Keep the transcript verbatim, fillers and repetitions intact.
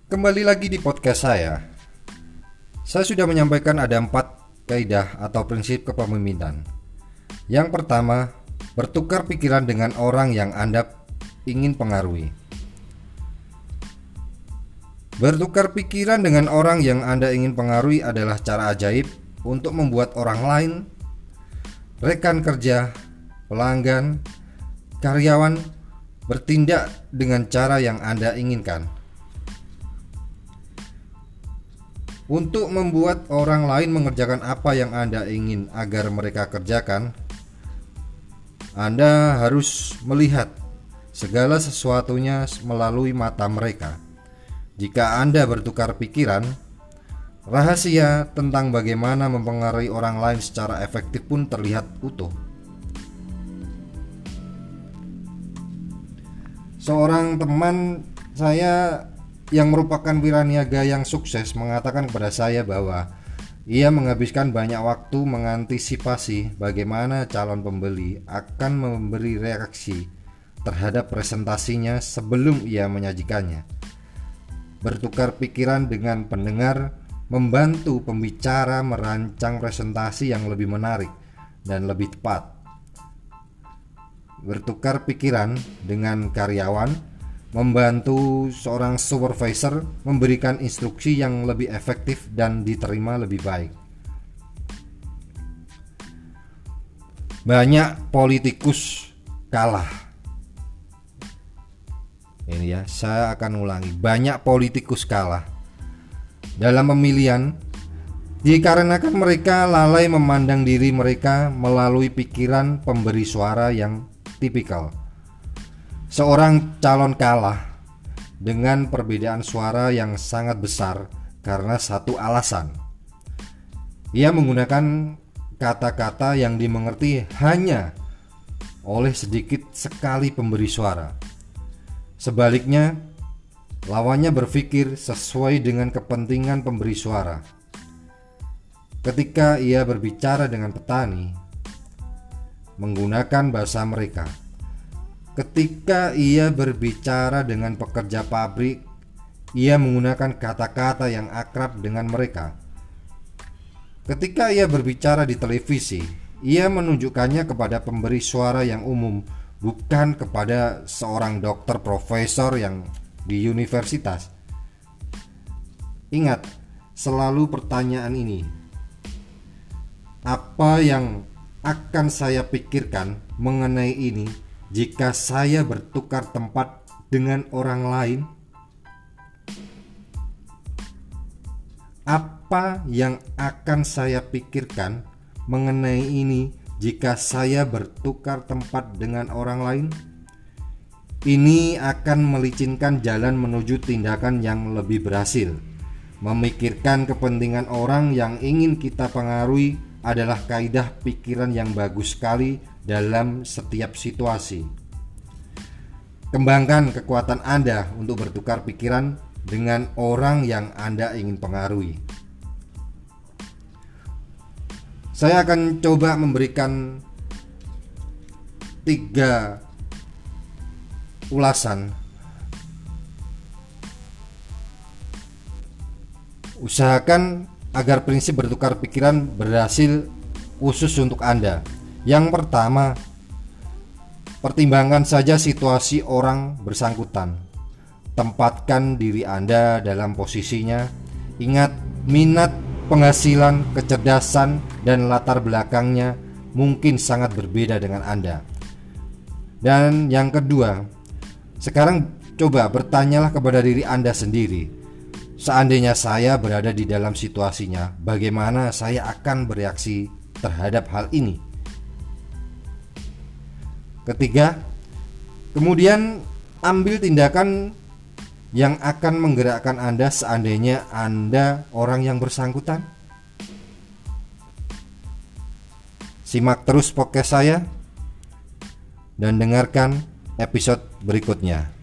Kembali lagi di podcast saya. Saya sudah menyampaikan ada empat kaidah atau prinsip kepemimpinan. Yang pertama, bertukar pikiran dengan orang yang Anda ingin pengaruhi. Bertukar pikiran dengan orang yang Anda ingin pengaruhi adalah cara ajaib untuk membuat orang lain, rekan kerja, pelanggan, karyawan bertindak dengan cara yang Anda inginkan. Untuk membuat orang lain mengerjakan apa yang Anda ingin agar mereka kerjakan, Anda harus melihat segala sesuatunya melalui mata mereka. Jika Anda bertukar pikiran, rahasia tentang bagaimana mempengaruhi orang lain secara efektif pun terlihat utuh. Seorang teman saya yang merupakan wiraniaga yang sukses mengatakan kepada saya bahwa ia menghabiskan banyak waktu mengantisipasi bagaimana calon pembeli akan memberi reaksi terhadap presentasinya sebelum ia menyajikannya. Bertukar pikiran dengan pendengar membantu pembicara merancang presentasi yang lebih menarik dan lebih tepat. Bertukar pikiran dengan karyawan membantu seorang supervisor memberikan instruksi yang lebih efektif dan diterima lebih baik. Banyak politikus kalah. Ini ya, saya akan ulangi. Banyak politikus kalah dalam pemilihan dikarenakan mereka lalai memandang diri mereka melalui pikiran pemberi suara yang tipikal. Seorang calon kalah dengan perbedaan suara yang sangat besar karena satu alasan. Ia menggunakan kata-kata yang dimengerti hanya oleh sedikit sekali pemberi suara. Sebaliknya, lawannya berpikir sesuai dengan kepentingan pemberi suara. Ketika ia berbicara dengan petani, menggunakan bahasa mereka. Ketika ia berbicara dengan pekerja pabrik, ia menggunakan kata-kata yang akrab dengan mereka. Ketika ia berbicara di televisi, ia menunjukkannya kepada pemberi suara yang umum, bukan kepada seorang dokter profesor yang di universitas. Ingat selalu pertanyaan ini: apa yang akan saya pikirkan mengenai ini jika saya bertukar tempat dengan orang lain? Apa yang akan saya pikirkan mengenai ini jika saya bertukar tempat dengan orang lain? Ini akan melicinkan jalan menuju tindakan yang lebih berhasil. Memikirkan kepentingan orang yang ingin kita pengaruhi adalah kaidah pikiran yang bagus sekali dalam setiap situasi. Kembangkan kekuatan Anda untuk bertukar pikiran dengan orang yang Anda ingin pengaruhi. Saya akan coba memberikan tiga ulasan. Usahakan agar prinsip bertukar pikiran berhasil khusus untuk Anda. Yang pertama, pertimbangkan saja situasi orang bersangkutan. Tempatkan diri Anda dalam posisinya. Ingat, minat, penghasilan, kecerdasan, dan latar belakangnya mungkin sangat berbeda dengan Anda. Dan yang kedua, sekarang coba bertanyalah kepada diri Anda sendiri. Seandainya saya berada di dalam situasinya, bagaimana saya akan bereaksi terhadap hal ini? Ketiga, kemudian ambil tindakan yang akan menggerakkan Anda seandainya Anda orang yang bersangkutan. Simak terus podcast saya dan dengarkan episode berikutnya.